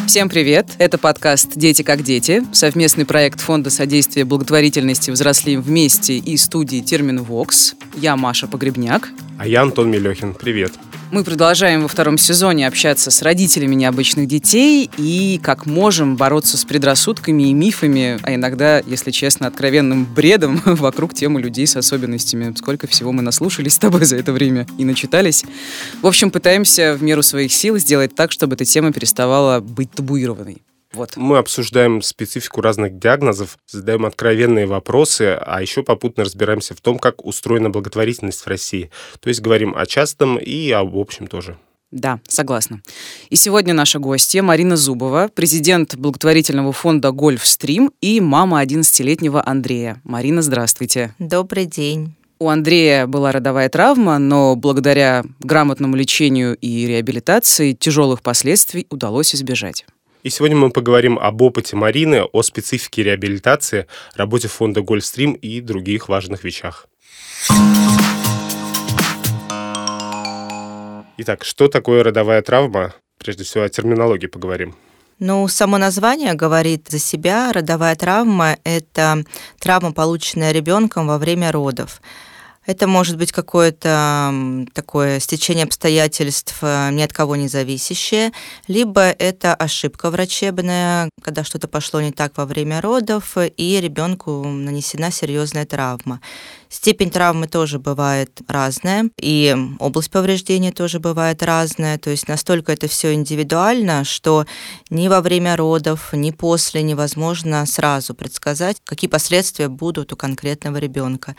Всем привет! Это подкаст «Дети как дети», совместный проект Фонда содействия благотворительности «Взрослеем вместе» и студии «Терминвокс». Я Маша Погребняк. А я Антон Мелехин. Привет! Мы продолжаем во втором сезоне общаться с родителями необычных детей и, как можем, бороться с предрассудками и мифами, а иногда, если честно, откровенным бредом вокруг темы людей с особенностями. Сколько всего мы наслушались с тобой за это время и начитались. В общем, пытаемся в меру своих сил сделать так, чтобы эта тема переставала быть табуированной. Вот. Мы обсуждаем специфику разных диагнозов, задаем откровенные вопросы, а еще попутно разбираемся в том, как устроена благотворительность в России. То есть говорим о частном и об общем тоже. Да, согласна. И сегодня наша гостья Марина Зубова, президент благотворительного фонда «Гольфстрим» и мама 11-летнего Андрея. Марина, здравствуйте. Добрый день. У Андрея была родовая травма, но благодаря грамотному лечению и реабилитации тяжелых последствий удалось избежать. И сегодня мы поговорим об опыте Марины, о специфике реабилитации, работе фонда «Гольфстрим» и других важных вещах. Итак, что такое родовая травма? Прежде всего, о терминологии поговорим. Само название говорит за себя. Родовая травма – это травма, полученная ребенком во время родов. Это может быть какое-то такое стечение обстоятельств, ни от кого не зависящее, либо это ошибка врачебная, когда что-то пошло не так во время родов, и ребенку нанесена серьезная травма. Степень травмы тоже бывает разная, и область повреждения тоже бывает разная, то есть настолько это все индивидуально, что ни во время родов, ни после невозможно сразу предсказать, какие последствия будут у конкретного ребенка.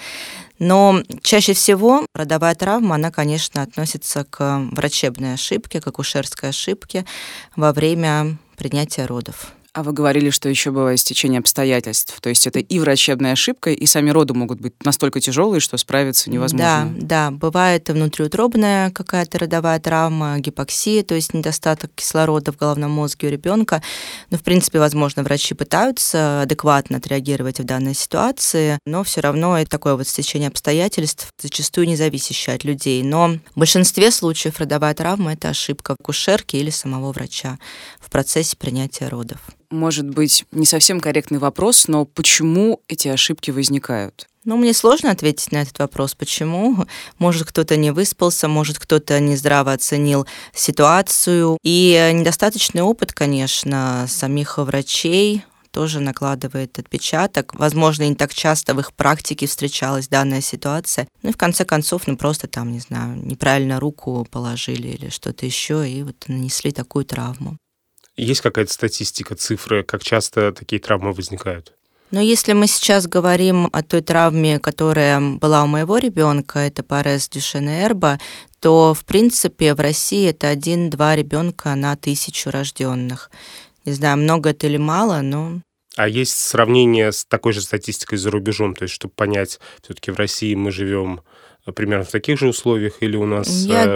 Но чаще всего родовая травма, она, конечно, относится к врачебной ошибке, к акушерской ошибке во время принятия родов. А вы говорили, что еще бывает стечение обстоятельств. То есть это и врачебная ошибка, и сами роды могут быть настолько тяжелые, что справиться невозможно. Да, бывает внутриутробная какая-то родовая травма, гипоксия, то есть недостаток кислорода в головном мозге у ребенка. Но, в принципе, возможно, врачи пытаются адекватно отреагировать в данной ситуации, но все равно это такое вот стечение обстоятельств, зачастую не зависящее от людей. Но в большинстве случаев родовая травма – это ошибка акушерки или самого врача в процессе принятия родов. Может быть, не совсем корректный вопрос, но почему эти ошибки возникают? Мне сложно ответить на этот вопрос. Почему? Может, кто-то не выспался, может, кто-то нездраво оценил ситуацию. И недостаточный опыт, конечно, самих врачей тоже накладывает отпечаток. Возможно, не так часто в их практике встречалась данная ситуация. И в конце концов, просто там, не знаю, неправильно руку положили или что-то еще, и вот нанесли такую травму. Есть какая-то статистика, цифры, как часто такие травмы возникают? Но если мы сейчас говорим о той травме, которая была у моего ребенка, это парез Дюшена-Эрба, то, в принципе, в России это 1-2 ребенка на 1000 рожденных. Не знаю, много это или мало, но... А есть сравнение с такой же статистикой за рубежом? То есть, чтобы понять, все-таки в России мы живем примерно в таких же условиях или у нас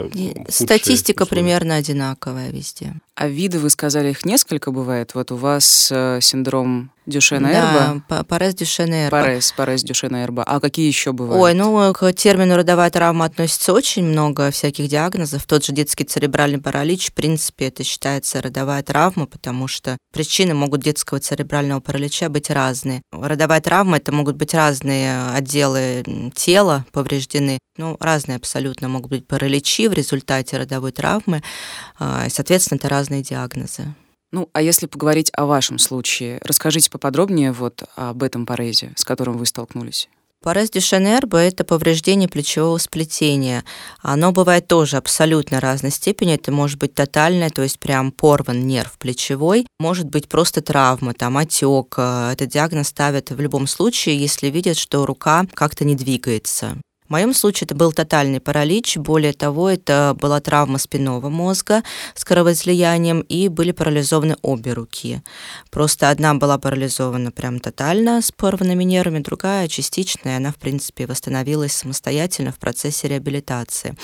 статистика условия? Примерно одинаковая везде. А виды, вы сказали, их несколько бывает? Вот у вас синдром Дюшена-Эрба? Да, парез Дюшена-Эрба. Парез Дюшена-Эрба. А какие еще бывают? К термину родовая травма относится очень много всяких диагнозов. Тот же детский церебральный паралич, в принципе, это считается родовая травма, потому что причины могут детского церебрального паралича быть разные. Родовая травма – это могут быть разные отделы тела повреждены. Разные абсолютно могут быть параличи в результате родовой травмы. Соответственно, это разные диагнозы. А если поговорить о вашем случае, расскажите поподробнее об этом парезе, с которым вы столкнулись. Парез Дюшена-Эрба – это повреждение плечевого сплетения. Оно бывает тоже абсолютно разной степени. Это может быть тотальное, то есть прям порван нерв плечевой. Может быть просто травма, отек. Этот диагноз ставят в любом случае, если видят, что рука как-то не двигается. В моем случае это был тотальный паралич, более того, это была травма спинного мозга с кровоизлиянием, и были парализованы обе руки. Просто одна была парализована прям тотально с порванными нервами, другая частично, и она, в принципе, восстановилась самостоятельно в процессе реабилитации.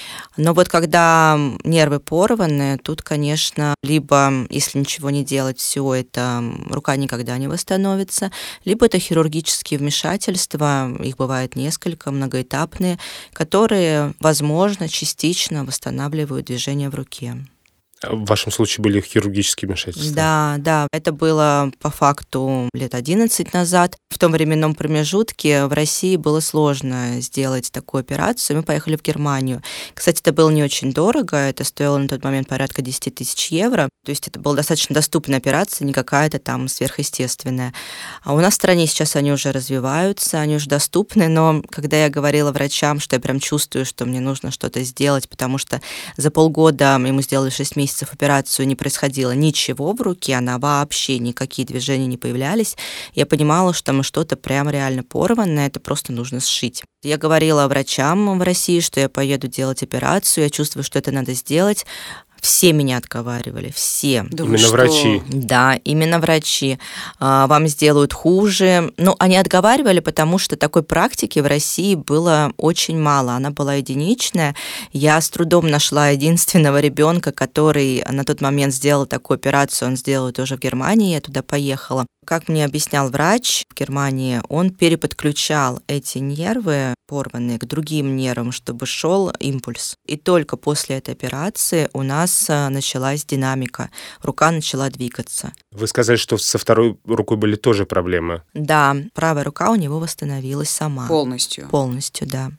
Но когда нервы порваны, тут, конечно, либо, если ничего не делать, все это рука никогда не восстановится, либо это хирургические вмешательства, их бывает несколько, многоэтапные, которые, возможно, частично восстанавливают движение в руке. В вашем случае были хирургические вмешательства? Да, это было по факту лет 11 назад. В том временном промежутке в России было сложно сделать такую операцию. Мы поехали в Германию. Кстати, это было не очень дорого, это стоило на тот момент порядка 10 тысяч евро. То есть это была достаточно доступная операция, не какая-то там сверхъестественная. А у нас в стране сейчас они уже развиваются, они уже доступны, но когда я говорила врачам, что я прям чувствую, что мне нужно что-то сделать, потому что за полгода ему сделали 6 месяцев операцию, не происходило ничего в руке, она вообще, никакие движения не появлялись. Я понимала, что мы что-то прям реально порванное, это просто нужно сшить. Я говорила врачам в России, что я поеду делать операцию, я чувствую, что это надо сделать. Все меня отговаривали, все. Да именно врачи? Да, именно врачи. Вам сделают хуже. Ну, они отговаривали, потому что такой практики в России было очень мало. Она была единичная. Я с трудом нашла единственного ребенка, который на тот момент сделал такую операцию. Он сделал это уже в Германии, я туда поехала. Как мне объяснял врач в Германии, он переподключал эти нервы порванные к другим нервам, чтобы шел импульс. И только после этой операции у нас началась динамика, рука начала двигаться. Вы сказали, что со второй рукой были тоже проблемы. Да, правая рука у него восстановилась сама. Полностью? Полностью, да.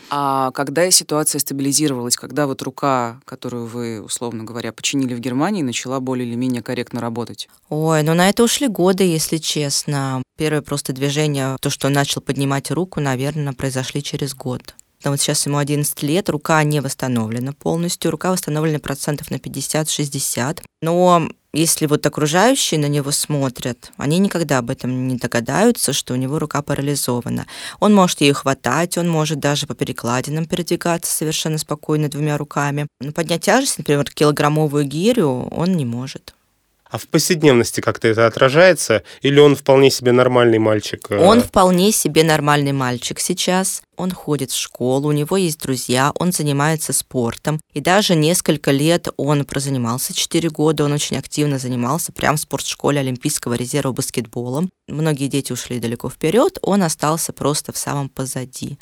А когда ситуация стабилизировалась, когда вот рука, которую вы, условно говоря, починили в Германии, начала более или менее корректно работать? Ой, ну на это ушли годы, если честно. Первое просто движение, то, что он начал поднимать руку, наверное, произошли через год. Но вот сейчас ему 11 лет, рука не восстановлена полностью, рука восстановлена процентов на 50-60. Но если вот окружающие на него смотрят, они никогда об этом не догадаются, что у него рука парализована. Он может ее хватать, он может даже по перекладинам передвигаться совершенно спокойно двумя руками. Но поднять тяжесть, например, килограммовую гирю, он не может. А в повседневности как-то это отражается? Или он вполне себе нормальный мальчик? Он вполне себе нормальный мальчик сейчас. Он ходит в школу, у него есть друзья, он занимается спортом. И даже несколько лет он прозанимался, 4 года, он очень активно занимался прямо в спортшколе Олимпийского резерва баскетболом. Многие дети ушли далеко вперед, он остался просто в самом позади.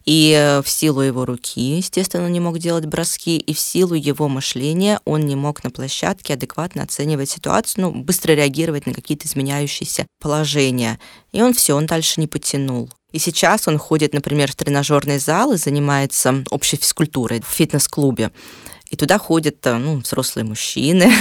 И в силу его руки, естественно, он не мог делать броски, и в силу его мышления он не мог на площадке адекватно оценивать ситуацию, быстро реагировать на какие-то изменяющиеся положения. И он дальше не потянул. И сейчас он ходит, например, в тренажерный зал и занимается общей физкультурой в фитнес-клубе. И туда ходят взрослые мужчины,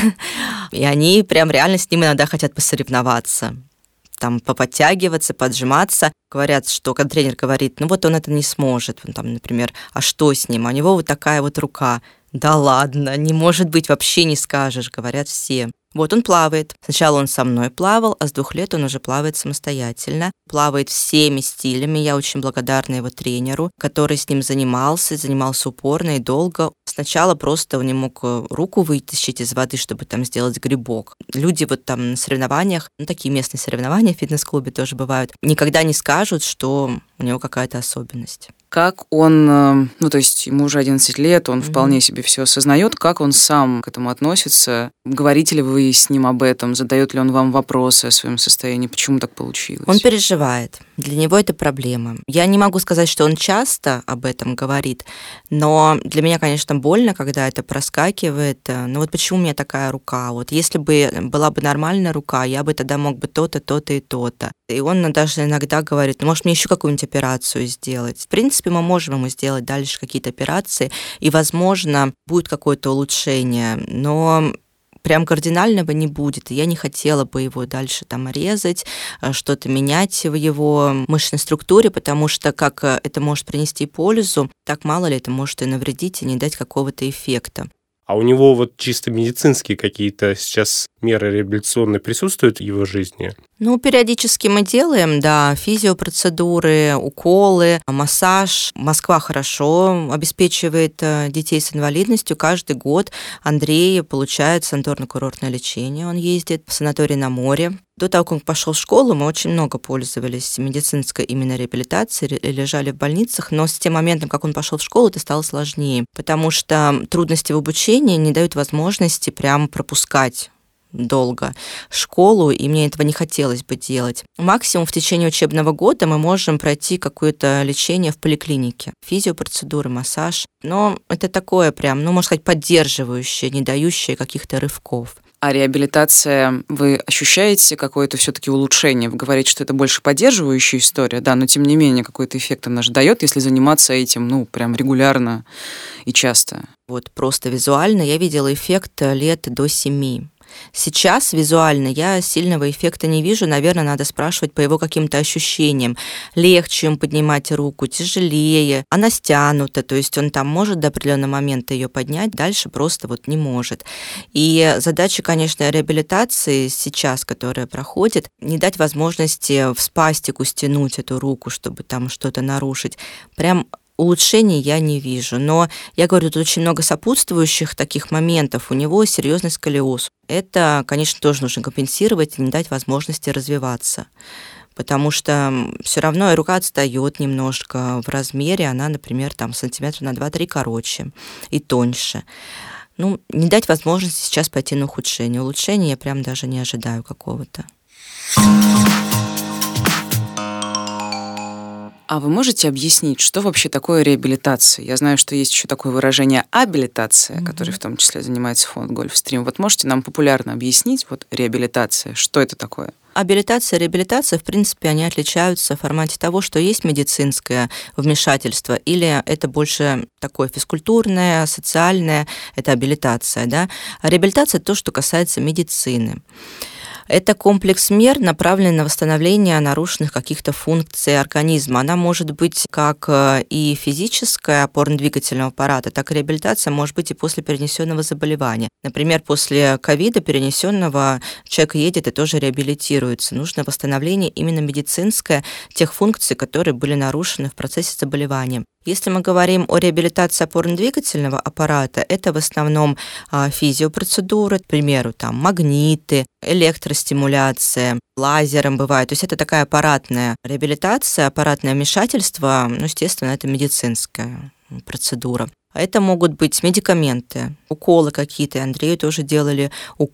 и они прям реально с ним иногда хотят посоревноваться. Там поподтягиваться, поджиматься. Говорят, что когда тренер говорит, он это не сможет. Например, а что с ним? А у него вот такая вот рука. Да ладно, не может быть, вообще не скажешь, говорят все. Вот он плавает. Сначала он со мной плавал, а с 2 лет он уже плавает самостоятельно. Плавает всеми стилями. Я очень благодарна его тренеру, который с ним занимался упорно и долго. Сначала просто он не мог руку вытащить из воды, чтобы там сделать грибок. Люди на соревнованиях, такие местные соревнования в фитнес-клубе тоже бывают, никогда не скажут, что у него какая-то особенность. Как он, то есть ему уже 11 лет, он вполне себе все осознает, как он сам к этому относится? Говорите ли вы с ним об этом? Задает ли он вам вопросы о своем состоянии? Почему так получилось? Он переживает. Для него это проблема. Я не могу сказать, что он часто об этом говорит, но для меня, конечно, больно, когда это проскакивает. Почему у меня такая рука? Если бы была бы нормальная рука, я бы тогда мог бы то-то, то-то и то-то. И он даже иногда говорит, может, мне еще какую-нибудь операцию сделать? В принципе, мы можем ему сделать дальше какие-то операции, и, возможно, будет какое-то улучшение, но прям кардинального не будет. И я не хотела бы его дальше резать, что-то менять в его мышечной структуре, потому что как это может принести пользу, так мало ли это может и навредить, и не дать какого-то эффекта. А у него чисто медицинские какие-то сейчас меры реабилитационные присутствуют в его жизни? Периодически мы делаем, да, физиопроцедуры, уколы, массаж. Москва хорошо обеспечивает детей с инвалидностью. Каждый год Андрей получает санаторно-курортное лечение. Он ездит в санаторий на море. До того, как он пошел в школу, мы очень много пользовались медицинской именно реабилитацией, лежали в больницах, но с тем моментом, как он пошел в школу, это стало сложнее, потому что трудности в обучении не дают возможности прямо пропускать долго школу, и мне этого не хотелось бы делать. Максимум в течение учебного года мы можем пройти какое-то лечение в поликлинике. Физиопроцедуры, массаж. Но это такое прям, можно сказать, поддерживающее, не дающее каких-то рывков. А реабилитация, вы ощущаете какое-то все-таки улучшение? Вы говорите, что это больше поддерживающая история, да, но тем не менее какой-то эффект она же дает, если заниматься этим, прям регулярно и часто. Вот просто визуально я видела эффект лет до 7. Сейчас визуально я сильного эффекта не вижу, наверное, надо спрашивать по его каким-то ощущениям. Легче им поднимать руку, тяжелее, она стянута, то есть он там может до определенного момента ее поднять, дальше просто не может. И задача, конечно, реабилитации сейчас, которая проходит, не дать возможности в спастику стянуть эту руку, чтобы там что-то нарушить. Прям улучшений я не вижу, но я говорю, тут очень много сопутствующих таких моментов. У него серьезный сколиоз. Это, конечно, тоже нужно компенсировать и не дать возможности развиваться, потому что все равно и рука отстает немножко в размере, она, например, там сантиметра на 2-3 короче и тоньше. Не дать возможности сейчас пойти на ухудшение. Улучшения я прям даже не ожидаю какого-то. А вы можете объяснить, что вообще такое реабилитация? Я знаю, что есть еще такое выражение абилитация, которое в том числе занимается фонд Гольфстрим. Можете нам популярно объяснить реабилитация, что это такое? Абилитация, реабилитация, в принципе, они отличаются в формате того, что есть медицинское вмешательство, или это больше такое физкультурное, социальное, это абилитация, да? А реабилитация – то, что касается медицины. Это комплекс мер, направленный на восстановление нарушенных каких-то функций организма. Она может быть как и физическая, опорно-двигательного аппарата, так и реабилитация может быть и после перенесенного заболевания. Например, после ковида перенесенного человек едет и тоже реабилитируется. Нужно восстановление именно медицинское тех функций, которые были нарушены в процессе заболевания. Если мы говорим о реабилитации опорно-двигательного аппарата, это в основном физиопроцедуры, к примеру, магниты, электростимуляция, лазером бывает. То есть это такая аппаратная реабилитация, аппаратное вмешательство, естественно, это медицинская процедура. А это могут быть медикаменты, уколы какие-то. Андрею тоже делали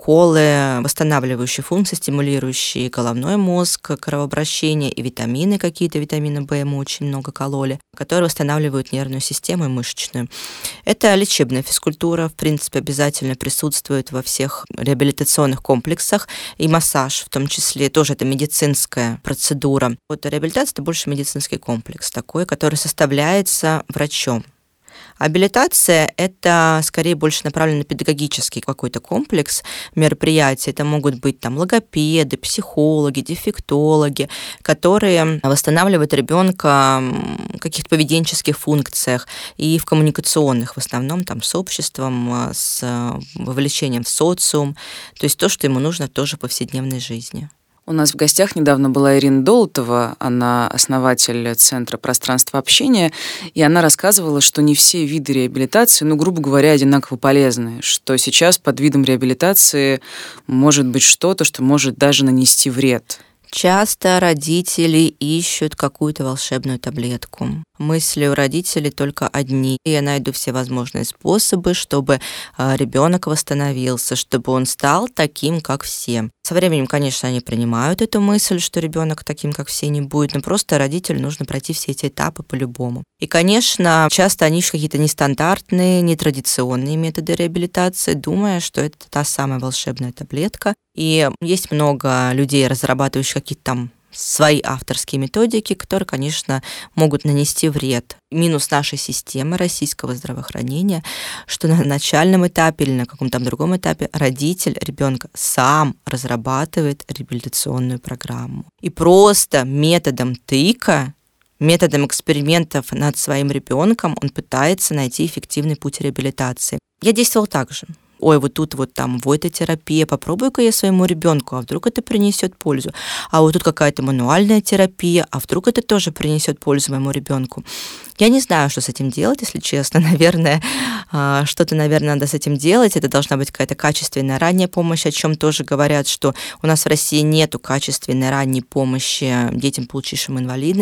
уколы, восстанавливающие функции, стимулирующие головной мозг, кровообращение и витамины какие-то, витамина В ему очень много кололи, которые восстанавливают нервную систему и мышечную. Это лечебная физкультура, в принципе, обязательно присутствует во всех реабилитационных комплексах, и массаж в том числе, тоже это медицинская процедура. Реабилитация – это больше медицинский комплекс такой, который составляется врачом. Абилитация – это скорее больше направлено на педагогический какой-то комплекс мероприятий. Это могут быть логопеды, психологи, дефектологи, которые восстанавливают ребенка в каких-то поведенческих функциях и в коммуникационных, в основном с обществом, с вовлечением в социум. То есть то, что ему нужно тоже в повседневной жизни. У нас в гостях недавно была Ирина Долотова, она основатель Центра пространства общения, и она рассказывала, что не все виды реабилитации, грубо говоря, одинаково полезны, что сейчас под видом реабилитации может быть что-то, что может даже нанести вред. Часто родители ищут какую-то волшебную таблетку. Мысли у родителей только одни. Я найду все возможные способы, чтобы ребенок восстановился, чтобы он стал таким, как все. Со временем, конечно, они принимают эту мысль, что ребенок таким, как все, не будет, но просто родителю нужно пройти все эти этапы по-любому. И, конечно, часто они ищут какие-то нестандартные, нетрадиционные методы реабилитации, думая, что это та самая волшебная таблетка. И есть много людей, разрабатывающих какие-то свои авторские методики, которые, конечно, могут нанести вред. Минус нашей системы российского здравоохранения, что на начальном этапе или на каком-то другом этапе родитель ребенка сам разрабатывает реабилитационную программу. И просто методом тыка, методом экспериментов над своим ребенком он пытается найти эффективный путь реабилитации. Я действовала так же. Ой, тут эта терапия, попробую-ка я своему ребенку, а вдруг это принесет пользу. А тут какая-то мануальная терапия, а вдруг это тоже принесет пользу моему ребенку. Я не знаю, что с этим делать, если честно. Наверное, что-то, надо с этим делать. Это должна быть какая-то качественная ранняя помощь, о чем тоже говорят, что у нас в России нету качественной ранней помощи детям, получившим инвалидность.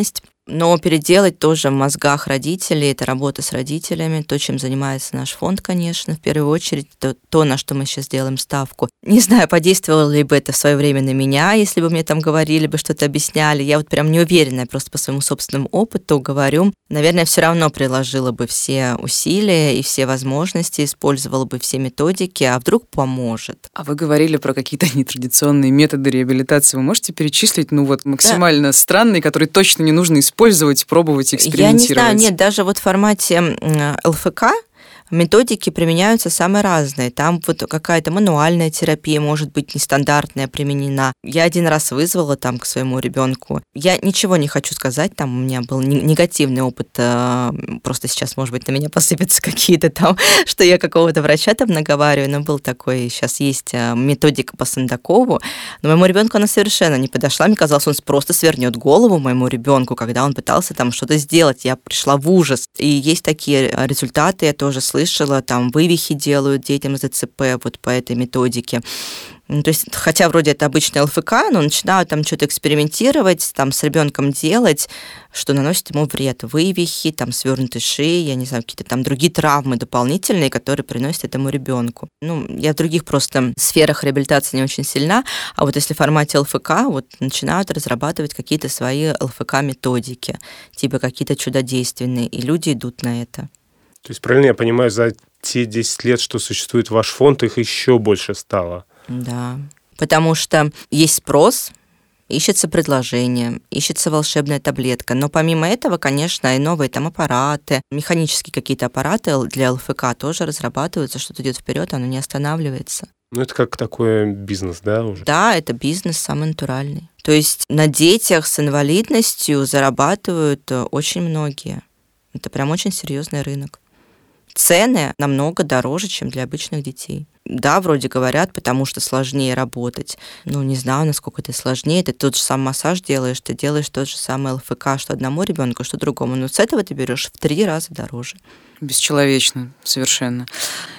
Но переделать тоже в мозгах родителей, это работа с родителями, то, чем занимается наш фонд, конечно, в первую очередь, то, на что мы сейчас делаем ставку. Не знаю, подействовало ли бы это в свое время на меня, если бы мне там говорили бы, что-то объясняли. Я вот прям не уверена, я просто по своему собственному опыту говорю. Наверное, все равно приложила бы все усилия и все возможности, использовала бы все методики, а вдруг поможет. А вы говорили про какие-то нетрадиционные методы реабилитации. Вы можете перечислить, максимально странные, которые точно не нужно использовать, пробовать, экспериментировать? Я не знаю, нет, даже вот в формате ЛФК методики применяются самые разные. Там вот какая-то мануальная терапия, может быть, нестандартная применена. Я один раз вызвала там к своему ребенку. Я ничего не хочу сказать, там у меня был негативный опыт, просто сейчас, может быть, на меня посыпятся какие-то там, что я какого-то врача там наговариваю, но был такой, сейчас есть методика по Сандакову, но моему ребенку она совершенно не подошла. Мне казалось, он просто свернет голову моему ребенку, когда он пытался там что-то сделать. Я пришла в ужас. И есть такие результаты, я тоже слышала, там вывихи делают детям с ДЦП вот по этой методике. То есть, хотя вроде это обычный ЛФК, но начинают там что-то экспериментировать, там с ребенком делать, что наносит ему вред. Вывихи, там свернутые шеи, я не знаю, какие-то там другие травмы дополнительные, которые приносят этому ребенку. Я в других просто сферах реабилитации не очень сильна, а вот если в формате ЛФК, вот начинают разрабатывать какие-то свои ЛФК-методики, типа какие-то чудодейственные, и люди идут на это. То есть, правильно я понимаю, за те 10 лет, что существует ваш фонд, их еще больше стало? Да, потому что есть спрос, ищется предложение, ищется волшебная таблетка. Но помимо этого, конечно, и новые там аппараты, механические какие-то аппараты для ЛФК тоже разрабатываются, что-то идет вперед, оно не останавливается. Это как такой бизнес, да, уже? Да, это бизнес самый натуральный. То есть на детях с инвалидностью зарабатывают очень многие. Это прям очень серьезный рынок. Цены намного дороже, чем для обычных детей. Да, вроде говорят, потому что сложнее работать. Не знаю, насколько это сложнее. Ты тот же самый массаж делаешь, ты делаешь тот же самый ЛФК, что одному ребенку, что другому. Но с этого ты берешь в 3 раза дороже. Бесчеловечно, совершенно.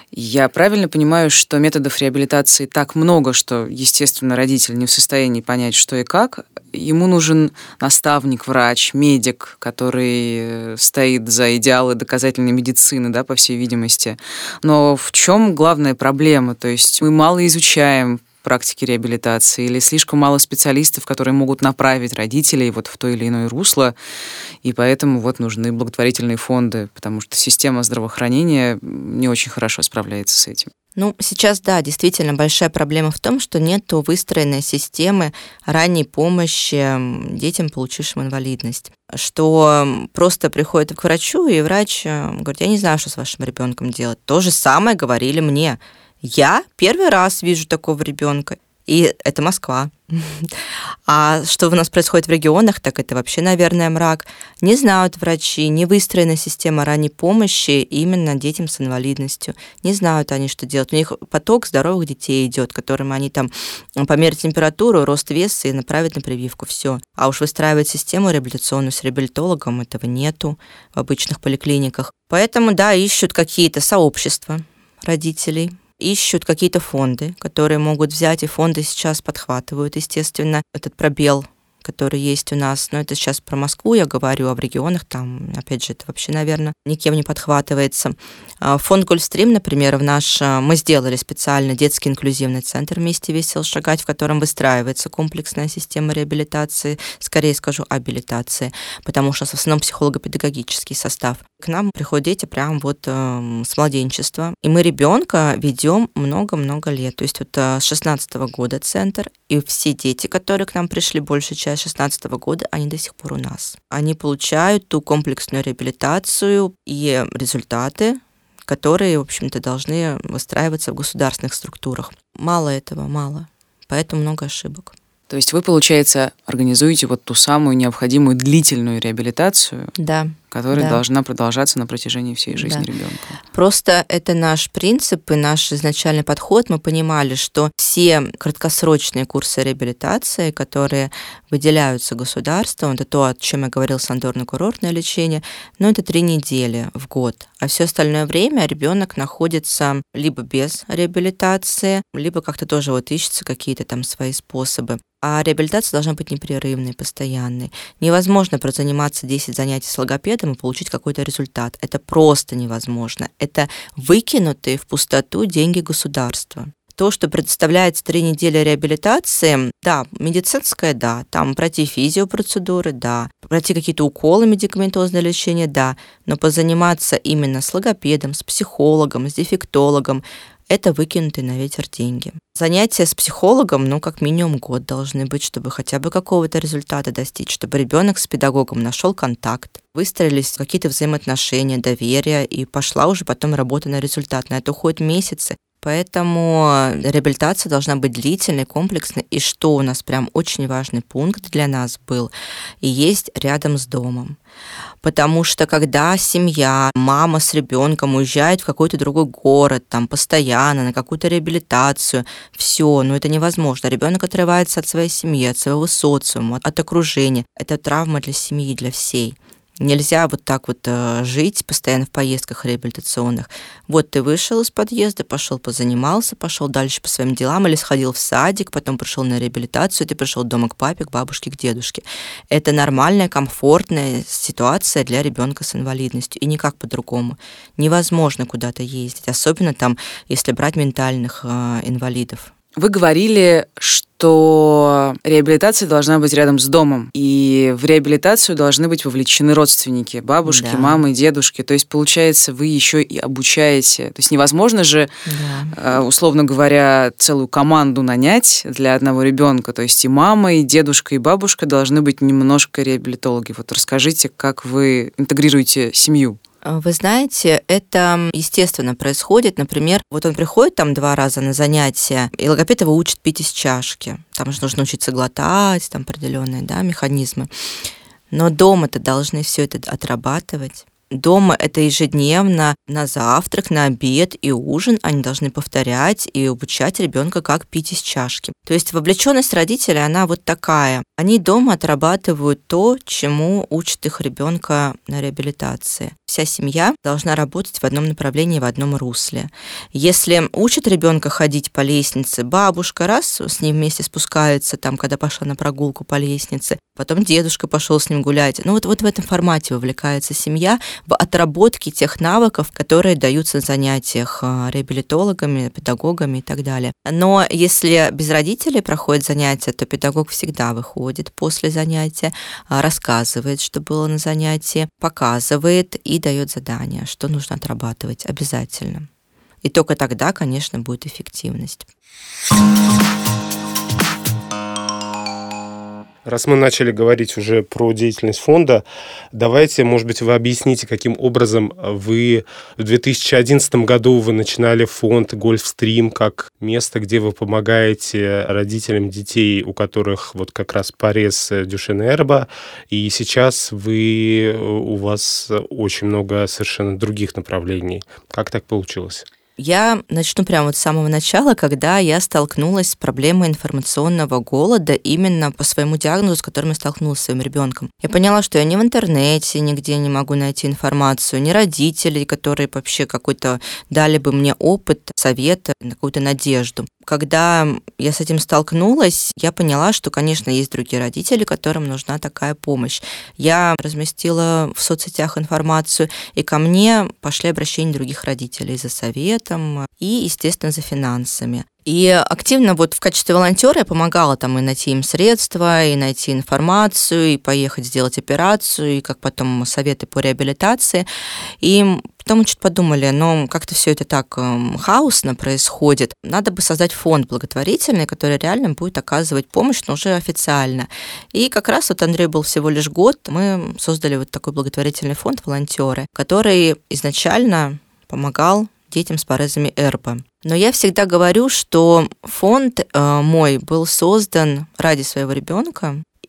Я правильно понимаю, что методов реабилитации так много, что, естественно, родитель не в состоянии понять, что и как. Ему нужен наставник, врач, медик, который стоит за идеалы доказательной медицины, да, по всей видимости. Но в чем главная проблема? То есть мы мало изучаем практики реабилитации или слишком мало специалистов, которые могут направить родителей вот в то или иное русло, и поэтому вот нужны благотворительные фонды, потому что система здравоохранения не очень хорошо справляется с этим. Сейчас, да, действительно большая проблема в том, что нет выстроенной системы ранней помощи детям, получившим инвалидность. Что просто приходит к врачу, и врач говорит: я не знаю, что с вашим ребенком делать. То же самое говорили мне. Я первый раз вижу такого ребенка, и это Москва. А что у нас происходит в регионах, так это вообще, наверное, мрак. Не знают врачи, не выстроена система ранней помощи именно детям с инвалидностью. Не знают они, что делать. У них поток здоровых детей идет, которым они там померят температуру, рост веса и направят на прививку. Все. А уж выстраивать систему реабилитационную с реабилитологом, этого нету в обычных поликлиниках. Поэтому, да, ищут какие-то сообщества родителей, ищут какие-то фонды, которые могут взять, и фонды сейчас подхватывают, естественно, этот пробел, который есть у нас. Но это сейчас про Москву я говорю, а в регионах там, опять же, это вообще, наверное, никем не подхватывается. Фонд Гольфстрим, например, мы сделали специально детский инклюзивный центр «Вместе весело шагать», в котором выстраивается комплексная система реабилитации, скорее скажу, абилитации, потому что в основном психолого-педагогический состав. К нам приходят дети прям вот с младенчества, и мы ребенка ведем много-много лет. То есть вот с 16-го года центр, и все дети, которые к нам пришли, большая часть 16-го года, они до сих пор у нас. Они получают ту комплексную реабилитацию и результаты, которые, в общем-то, должны выстраиваться в государственных структурах. Мало этого, мало. Поэтому много ошибок. То есть вы, получается, организуете вот ту самую необходимую длительную реабилитацию, да, которая должна продолжаться на протяжении всей жизни ребенка. Просто это наш принцип и наш изначальный подход. Мы понимали, что все краткосрочные курсы реабилитации, которые выделяются государством, это то, о чем я говорил, санаторно-курортное лечение, это 3 недели в год. А все остальное время ребенок находится либо без реабилитации, либо как-то тоже ищутся какие-то там свои способы. А реабилитация должна быть непрерывной, постоянной. Невозможно прозаниматься 10 занятий с логопедом и получить какой-то результат. Это просто невозможно. Это выкинутые в пустоту деньги государства. То, что предоставляется 3 недели реабилитации, да, медицинская, да, там пройти физиопроцедуры, да, пройти какие-то уколы, медикаментозное лечение, да, но позаниматься именно с логопедом, с психологом, с дефектологом, это выкинутые на ветер деньги. Занятия с психологом, как минимум год должны быть, чтобы хотя бы какого-то результата достичь, чтобы ребенок с педагогом нашел контакт, выстроились какие-то взаимоотношения, доверие, и пошла уже потом работа на результат. На это уходят месяцы. Поэтому реабилитация должна быть длительной, комплексной. И что у нас прям очень важный пункт для нас был, и есть рядом с домом. Потому что когда семья, мама с ребенком уезжает в какой-то другой город, там постоянно на какую-то реабилитацию, все, это невозможно. Ребенок отрывается от своей семьи, от своего социума, от окружения. Это травма для семьи, для всей. Нельзя вот так вот жить постоянно в поездках реабилитационных. Вот ты вышел из подъезда, пошел позанимался, пошел дальше по своим делам или сходил в садик, потом пришел на реабилитацию, ты пришел дома к папе, к бабушке, к дедушке. Это нормальная, комфортная ситуация для ребенка с инвалидностью, и никак по-другому. Невозможно куда-то ездить, особенно там, если брать ментальных инвалидов. Вы говорили, что реабилитация должна быть рядом с домом, и в реабилитацию должны быть вовлечены родственники, бабушки, да. мамы, дедушки. То есть, получается, вы еще и обучаете. То есть невозможно же, условно говоря, целую команду нанять для одного ребенка. То есть и мама, и дедушка, и бабушка должны быть немножко реабилитологи. Вот расскажите, как вы интегрируете семью. Вы знаете, это естественно происходит. Например, вот он приходит там 2 раза на занятия, и логопед его учит пить из чашки. Там же нужно учиться глотать, там определенные механизмы. Но дома-то должны все это отрабатывать. Дома это ежедневно, на завтрак, на обед и ужин они должны повторять и обучать ребенка, как пить из чашки. То есть вовлеченность родителей, она вот такая. Они дома отрабатывают то, чему учат их ребенка на реабилитации. Вся семья должна работать в одном направлении, в одном русле. Если учат ребенка ходить по лестнице, бабушка раз с ним вместе спускается, там, когда пошла на прогулку по лестнице, потом дедушка пошел с ним гулять. Вот в этом формате вовлекается семья в отработке тех навыков, которые даются на занятиях реабилитологами, педагогами и так далее. Но если без родителей проходит занятие, то педагог всегда выходит после занятия, рассказывает, что было на занятии, показывает и дает задания, что нужно отрабатывать обязательно. И только тогда, конечно, будет эффективность. Раз мы начали говорить уже про деятельность фонда, давайте, может быть, вы объясните, каким образом вы в 2011 году вы начинали фонд Гольфстрим как место, где вы помогаете родителям детей, у которых вот как раз порез Дюшена-Эрба, и сейчас у вас очень много совершенно других направлений. Как так получилось? Я начну прямо с самого начала, когда я столкнулась с проблемой информационного голода именно по своему диагнозу, с которым я столкнулась с своим ребенком. Я поняла, что я ни в интернете нигде не могу найти информацию, ни родителей, которые вообще какой-то дали бы мне опыт, совет, какую-то надежду. Когда я с этим столкнулась, я поняла, что, конечно, есть другие родители, которым нужна такая помощь. Я разместила в соцсетях информацию, и ко мне пошли обращения других родителей за советом и, естественно, за финансами. И активно вот в качестве волонтера я помогала там и найти им средства, и найти информацию, и поехать сделать операцию, и как потом советы по реабилитации. И потом мы чуть подумали, как-то все это так хаосно происходит. Надо бы создать фонд благотворительный, который реально будет оказывать помощь, но уже официально. И как раз вот Андрею был всего лишь год, мы создали вот такой благотворительный фонд «Волонтеры», который изначально помогал детям с порезами Эрба. Но я всегда говорю, что фонд мой был создан ради своего ребенка, и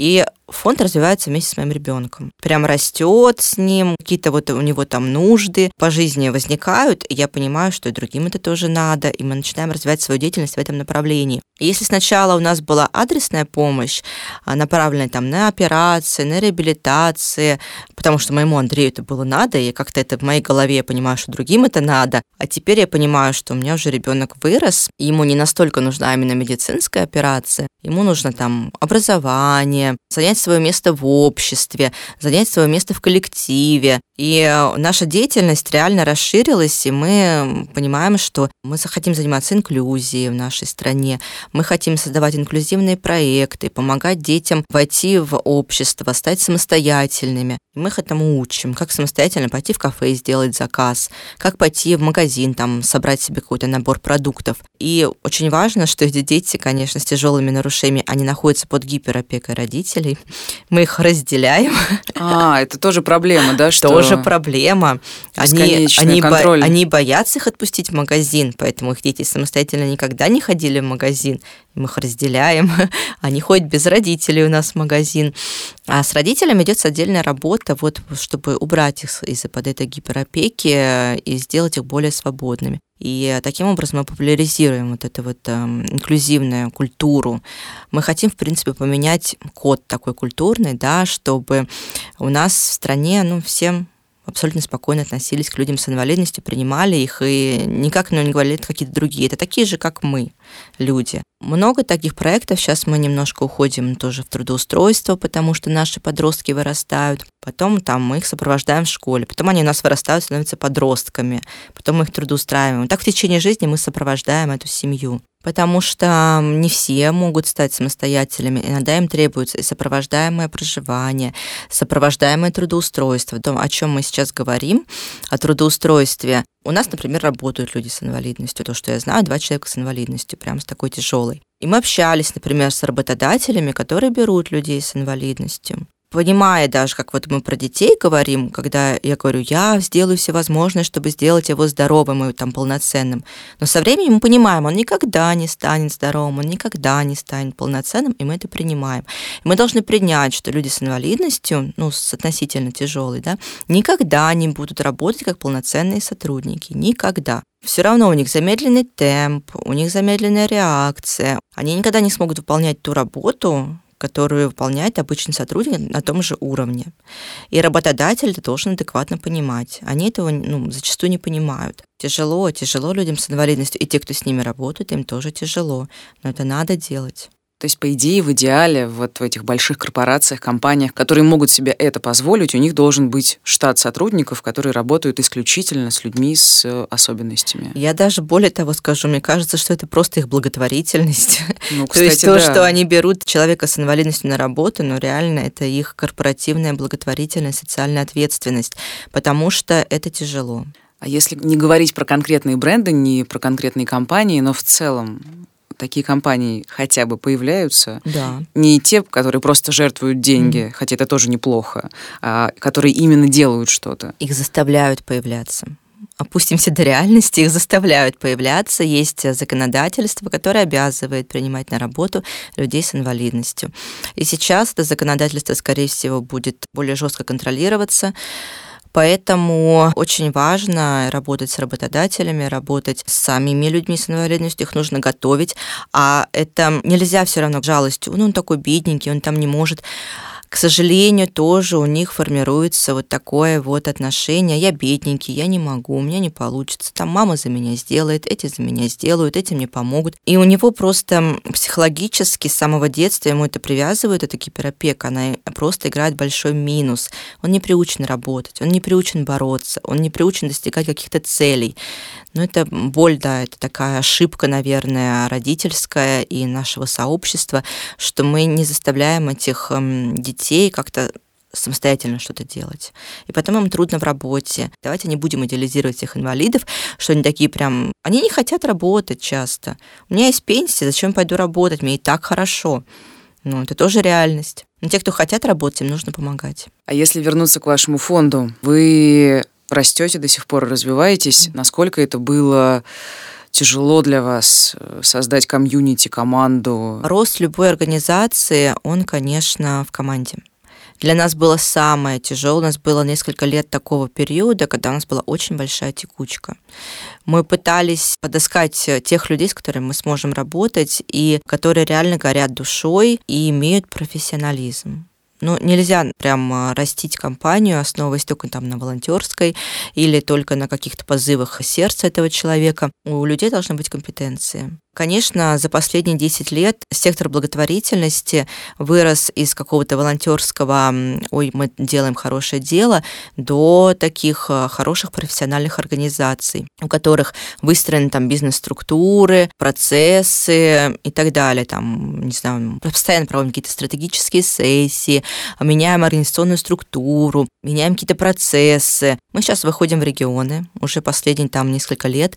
фонд развивается вместе с моим ребенком. Прям растет с ним, какие-то вот у него там нужды по жизни возникают, и я понимаю, что и другим это тоже надо, и мы начинаем развивать свою деятельность в этом направлении. И если сначала у нас была адресная помощь, направленная там на операции, на реабилитации, потому что моему Андрею это было надо, и как-то это в моей голове я понимаю, что другим это надо, а теперь я понимаю, что у меня уже ребенок вырос, и ему не настолько нужна именно медицинская операция, ему нужно там образование, занять свое место в обществе, занять свое место в коллективе. И наша деятельность реально расширилась, и мы понимаем, что мы хотим заниматься инклюзией в нашей стране, мы хотим создавать инклюзивные проекты, помогать детям войти в общество, стать самостоятельными. Мы их этому учим, как самостоятельно пойти в кафе и сделать заказ, как пойти в магазин, там, собрать себе какой-то набор продуктов. И очень важно, что эти дети, конечно, с тяжелыми нарушениями, они находятся под гиперопекой родителей. Мы их разделяем. Это тоже проблема, да? Что... Тоже проблема. Они боятся их отпустить в магазин, поэтому их дети самостоятельно никогда не ходили в магазин. Мы их разделяем. Они ходят без родителей у нас в магазин. А с родителями ведется отдельная работа, вот, чтобы убрать их из-под этой гиперопеки и сделать их более свободными. И таким образом мы популяризируем вот эту вот инклюзивную культуру. Мы хотим, в принципе, поменять код такой культурный, да, чтобы у нас в стране, всем абсолютно спокойно относились к людям с инвалидностью, принимали их и никак не говорили, это какие-то другие. Это такие же, как мы, люди. Много таких проектов. Сейчас мы немножко уходим тоже в трудоустройство, потому что наши подростки вырастают. Потом там мы их сопровождаем в школе. Потом они у нас вырастают, становятся подростками. Потом мы их трудоустраиваем. Так в течение жизни мы сопровождаем эту семью. Потому что не все могут стать самостоятельными. Иногда им требуется и сопровождаемое проживание, сопровождаемое трудоустройство. То, о чем мы сейчас говорим, о трудоустройстве. У нас, например, работают люди с инвалидностью. То, что я знаю, 2 человека с инвалидностью, прям с такой тяжелой. И мы общались, например, с работодателями, которые берут людей с инвалидностью. Понимая даже, как вот мы про детей говорим, когда я говорю, я сделаю все возможное, чтобы сделать его здоровым и там полноценным. Но со временем мы понимаем, он никогда не станет здоровым, он никогда не станет полноценным, и мы это принимаем. И мы должны принять, что люди с инвалидностью, с относительно тяжелой, да, никогда не будут работать как полноценные сотрудники. Никогда. Все равно у них замедленный темп, у них замедленная реакция. Они никогда не смогут выполнять ту работу, которую выполняет обычный сотрудник на том же уровне. И работодатель это должен адекватно понимать. Они этого зачастую не понимают. Тяжело людям с инвалидностью, и те, кто с ними работает, им тоже тяжело. Но это надо делать. То есть, по идее, в идеале, вот в этих больших корпорациях, компаниях, которые могут себе это позволить, у них должен быть штат сотрудников, которые работают исключительно с людьми с особенностями. Я даже более того скажу, мне кажется, что это просто их благотворительность. Кстати, то есть то, что они берут человека с инвалидностью на работу, реально это их корпоративная благотворительная социальная ответственность, потому что это тяжело. А если не говорить про конкретные бренды, не про конкретные компании, но в целом, такие компании хотя бы появляются. Да. Не те, которые просто жертвуют деньги, хотя это тоже неплохо, а которые именно делают что-то. Их заставляют появляться. Опустимся до реальности, их заставляют появляться. Есть законодательство, которое обязывает принимать на работу людей с инвалидностью. И сейчас это законодательство, скорее всего, будет более жестко контролироваться. Поэтому очень важно работать с работодателями, работать с самими людьми с инвалидностью, их нужно готовить, а это нельзя все равно жалостью, он такой бедненький, он там не может. К сожалению, тоже у них формируется вот такое вот отношение. Я бедненький, я не могу, у меня не получится. Там мама за меня сделает, эти за меня сделают, эти мне помогут. И у него просто психологически с самого детства ему это привязывают, эта гиперопека, она просто играет большой минус. Он не приучен работать, он не приучен бороться, он не приучен достигать каких-то целей. Но это боль, да, это такая ошибка, наверное, родительская и нашего сообщества, что мы не заставляем этих детей как-то самостоятельно что-то делать. И потом им трудно в работе. Давайте не будем идеализировать всех инвалидов, что они такие прям... Они не хотят работать часто. У меня есть пенсия, зачем пойду работать? Мне и так хорошо. Это тоже реальность. Но те, кто хотят работать, им нужно помогать. А если вернуться к вашему фонду, вы растете до сих пор, развиваетесь. Насколько это было тяжело для вас создать комьюнити, команду? Рост любой организации, он, конечно, в команде. Для нас было самое тяжелое. У нас было несколько лет такого периода, когда у нас была очень большая текучка. Мы пытались подыскать тех людей, с которыми мы сможем работать, и которые реально горят душой и имеют профессионализм. Ну, нельзя прям растить компанию, основываясь только там на волонтерской или только на каких-то позывах сердца этого человека. У людей должны быть компетенции. Конечно, за последние 10 лет сектор благотворительности вырос из какого-то волонтерского «ой, мы делаем хорошее дело» до таких хороших профессиональных организаций, у которых выстроены там бизнес-структуры, процессы и так далее. Там, не знаю, постоянно проводим какие-то стратегические сессии, меняем организационную структуру, меняем какие-то процессы. Мы сейчас выходим в регионы. Уже последние там несколько лет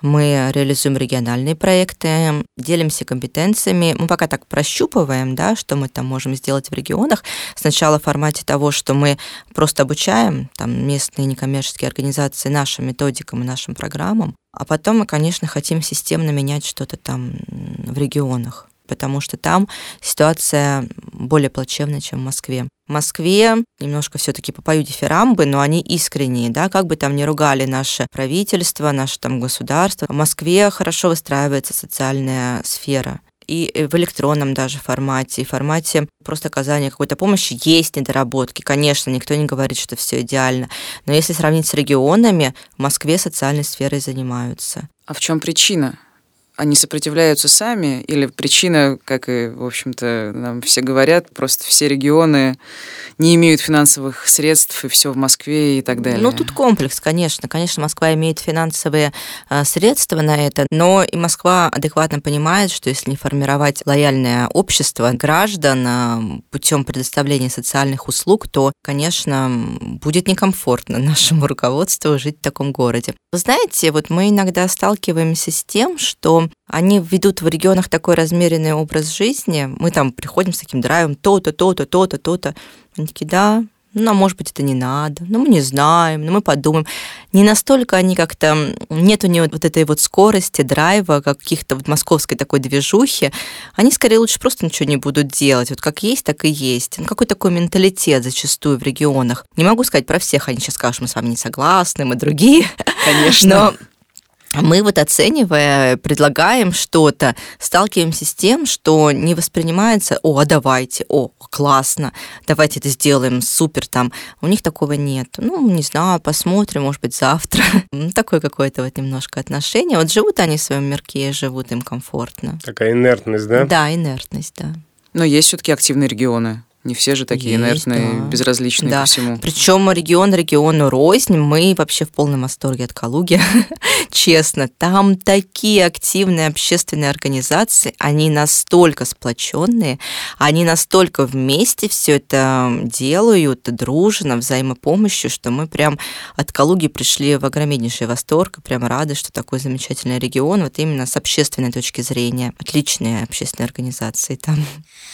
мы реализуем региональные проекты, делимся компетенциями. Мы пока так прощупываем, да, что мы там можем сделать в регионах. Сначала в формате того, что мы просто обучаем там местные некоммерческие организации нашим методикам и нашим программам, а потом мы, конечно, хотим системно менять что-то там в регионах, потому что там ситуация более плачевная, чем в Москве. В Москве немножко все-таки попою дифирамбы, но они искренние, да, как бы там ни ругали наше правительство, наше там государство. В Москве хорошо выстраивается социальная сфера. И в электронном даже формате, и в формате просто оказания какой-то помощи есть недоработки. Конечно, никто не говорит, что все идеально. Но если сравнить с регионами, в Москве социальной сферой занимаются. А в чем причина? Они сопротивляются сами? Или причина, как и, в общем-то, нам все говорят, просто все регионы не имеют финансовых средств, и все в Москве и так далее? Ну, тут комплекс, конечно. Конечно, Москва имеет финансовые средства на это, но и Москва адекватно понимает, что если не формировать лояльное общество граждан путем предоставления социальных услуг, то, конечно, будет некомфортно нашему руководству жить в таком городе. Вы знаете, вот мы иногда сталкиваемся с тем, что они ведут в регионах такой размеренный образ жизни. Мы там приходим с таким драйвом, то-то, то-то, то-то, то-то. Они такие, да, ну, а может быть, это не надо, ну, мы не знаем, ну, мы подумаем. Не настолько они как-то... Нет у них вот этой вот скорости, драйва, каких-то вот московской такой движухи. Они, скорее, лучше просто ничего не будут делать. Вот как есть, так и есть. Ну, какой такой менталитет зачастую в регионах. Не могу сказать про всех, они сейчас скажут, мы с вами не согласны, мы другие. Конечно. Но мы вот, оценивая, предлагаем что-то, сталкиваемся с тем, что не воспринимается а давайте, классно, давайте это сделаем, супер там. У них такого нет. Ну, не знаю, посмотрим, может быть, завтра. Такое какое-то вот немножко отношение. Вот живут они в своем мирке, живут им комфортно. Такая инертность, да? Да, инертность, да. Но есть все-таки активные регионы. Не все же такие есть, инертные, да. безразличные Да. ко всему. Причем регион региону рознь. Мы вообще в полном восторге от Калуги. Честно, там такие активные общественные организации, они настолько сплоченные, они настолько вместе все это делают, дружно, взаимопомощью, что мы прям от Калуги пришли в огромнейший восторг, и прям рады, что такой замечательный регион, вот именно с общественной точки зрения. Отличные общественные организации там.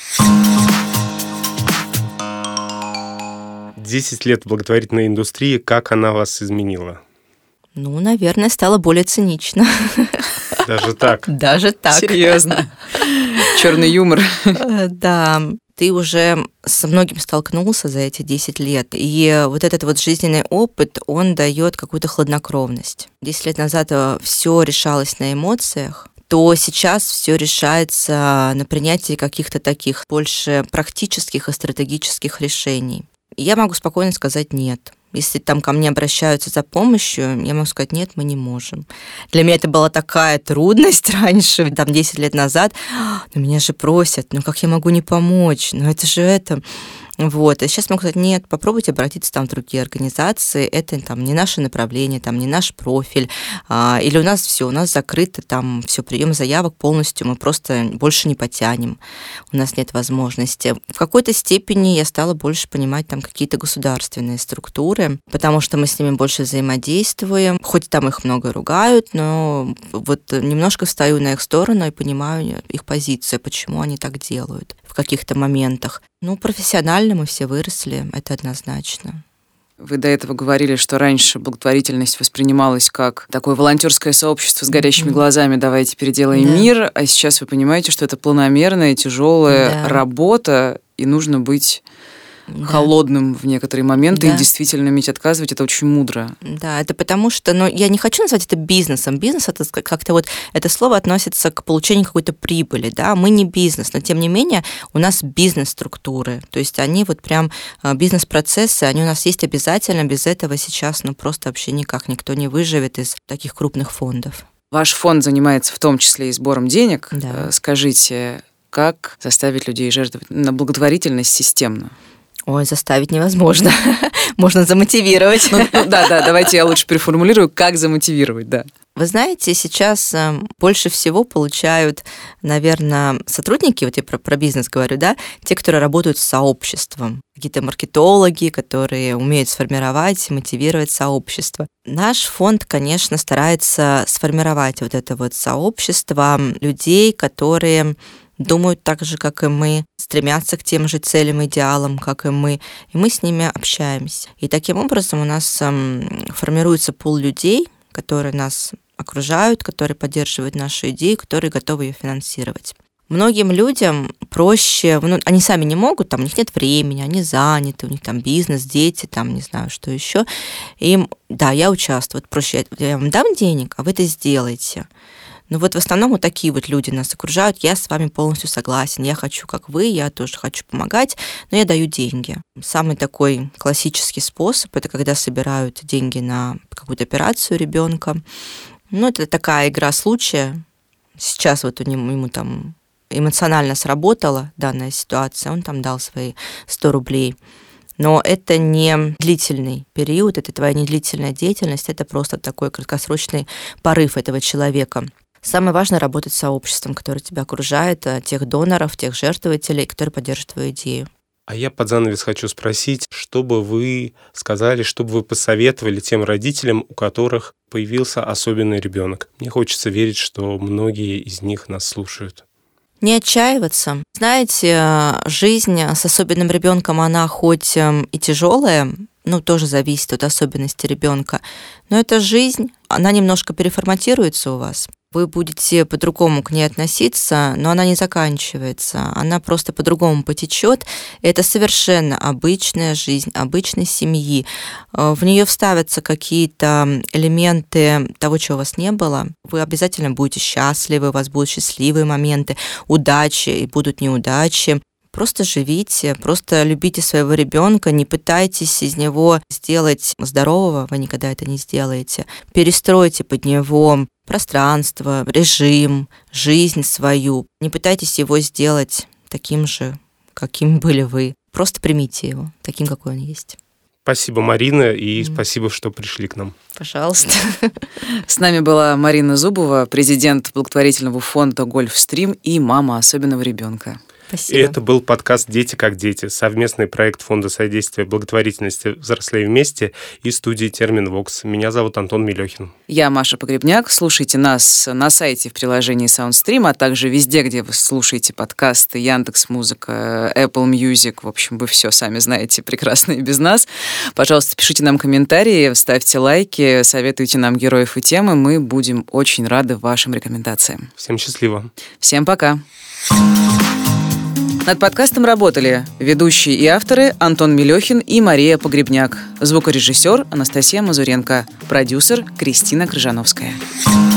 10 лет в благотворительной индустрии, как она вас изменила? Ну, наверное, стало более цинично. Даже так? Даже так. Серьезно. Черный юмор. Да. Ты уже со многим столкнулся за эти 10 лет, и вот этот вот жизненный опыт, он дает какую-то хладнокровность. 10 лет назад все решалось на эмоциях, то сейчас все решается на принятии каких-то таких больше практических и стратегических решений. Я могу спокойно сказать «нет». Если там ко мне обращаются за помощью, я могу сказать «нет, мы не можем». Для меня это была такая трудность раньше, там 10 лет назад. Но меня же просят, ну как я могу не помочь? Ну это же это... Вот. А сейчас могу сказать, нет, попробуйте обратиться там в другие организации, это там не наше направление, там не наш профиль, или у нас все, у нас закрыто, там все, прием заявок полностью, мы просто больше не потянем, у нас нет возможности. В какой-то степени я стала больше понимать там какие-то государственные структуры, потому что мы с ними больше взаимодействуем, хоть там их много ругают, но вот немножко встаю на их сторону и понимаю их позицию, почему они так делают в каких-то моментах. Ну, профессионально мы все выросли, это однозначно. Вы до этого говорили, что раньше благотворительность воспринималась как такое волонтерское сообщество с горящими глазами, давайте переделаем мир, а сейчас вы понимаете, что это планомерная, тяжелая работа, и нужно быть холодным в некоторые моменты и действительно уметь отказывать, это очень мудро. Да, это потому что, я не хочу назвать это бизнесом. Бизнес, это как-то это слово относится к получению какой-то прибыли, да, мы не бизнес, но тем не менее у нас бизнес-структуры, то есть они прям бизнес-процессы, они у нас есть обязательно, без этого сейчас, просто вообще никак никто не выживет из таких крупных фондов. Ваш фонд занимается в том числе и сбором денег. Да. Скажите, как заставить людей жертвовать на благотворительность системно? Ой, заставить невозможно. Можно замотивировать. Да, давайте я лучше переформулирую, как замотивировать, да. Вы знаете, сейчас больше всего получают, наверное, сотрудники, я про бизнес говорю, да, те, которые работают с сообществом. Какие-то маркетологи, которые умеют сформировать, мотивировать сообщество. Наш фонд, конечно, старается сформировать это сообщество людей, которые думают так же, как и мы, стремятся к тем же целям, идеалам, как и мы с ними общаемся. И таким образом у нас формируется пул людей, которые нас окружают, которые поддерживают нашу идею, которые готовы ее финансировать. Многим людям проще, они сами не могут, у них нет времени, они заняты, у них бизнес, дети, не знаю, что еще. Им, я участвую, проще, я вам дам денег, а вы это сделаете. В основном такие люди нас окружают, я с вами полностью согласен, я хочу, как вы, я тоже хочу помогать, но я даю деньги. Самый такой классический способ – это когда собирают деньги на какую-то операцию ребенка. Это такая игра случая. Сейчас ему эмоционально сработала данная ситуация, он дал свои 100 рублей. Но это не длительный период, это твоя не длительная деятельность, это просто такой краткосрочный порыв этого человека. Самое важное – работать с сообществом, которое тебя окружает, тех доноров, тех жертвователей, которые поддерживают твою идею. А я под занавес хочу спросить, что бы вы сказали, что бы вы посоветовали тем родителям, у которых появился особенный ребенок? Мне хочется верить, что многие из них нас слушают. Не отчаиваться. Знаете, жизнь с особенным ребенком, она хоть и тяжелая, тоже зависит от особенностей ребенка, но эта жизнь, она немножко переформатируется у вас. Вы будете по-другому к ней относиться, но она не заканчивается, она просто по-другому потечет. Это совершенно обычная жизнь, обычной семьи. В нее вставятся какие-то элементы того, чего у вас не было. Вы обязательно будете счастливы, у вас будут счастливые моменты, удачи и будут неудачи. Просто живите, просто любите своего ребенка, не пытайтесь из него сделать здорового, вы никогда это не сделаете. Перестройте под него пространство, режим, жизнь свою. Не пытайтесь его сделать таким же, каким были вы. Просто примите его таким, какой он есть. Спасибо, Марина, и спасибо, что пришли к нам. Пожалуйста. С нами была Марина Зубова, президент благотворительного фонда «Гольфстрим» и мама особенного ребенка. Спасибо. И это был подкаст «Дети как дети», совместный проект Фонда содействия благотворительности «Взрослее вместе» и студии «Терминвокс». Меня зовут Антон Милёхин. Я Маша Погребняк. Слушайте нас на сайте в приложении SoundStream, а также везде, где вы слушаете подкасты, Яндекс.Музыка, Apple Music. В общем, вы все сами знаете прекрасно и без нас. Пожалуйста, пишите нам комментарии, ставьте лайки, советуйте нам героев и темы. Мы будем очень рады вашим рекомендациям. Всем счастливо. Всем пока. Над подкастом работали ведущие и авторы Антон Милёхин и Мария Погребняк, звукорежиссер Анастасия Мазуренко, продюсер Кристина Крыжановская.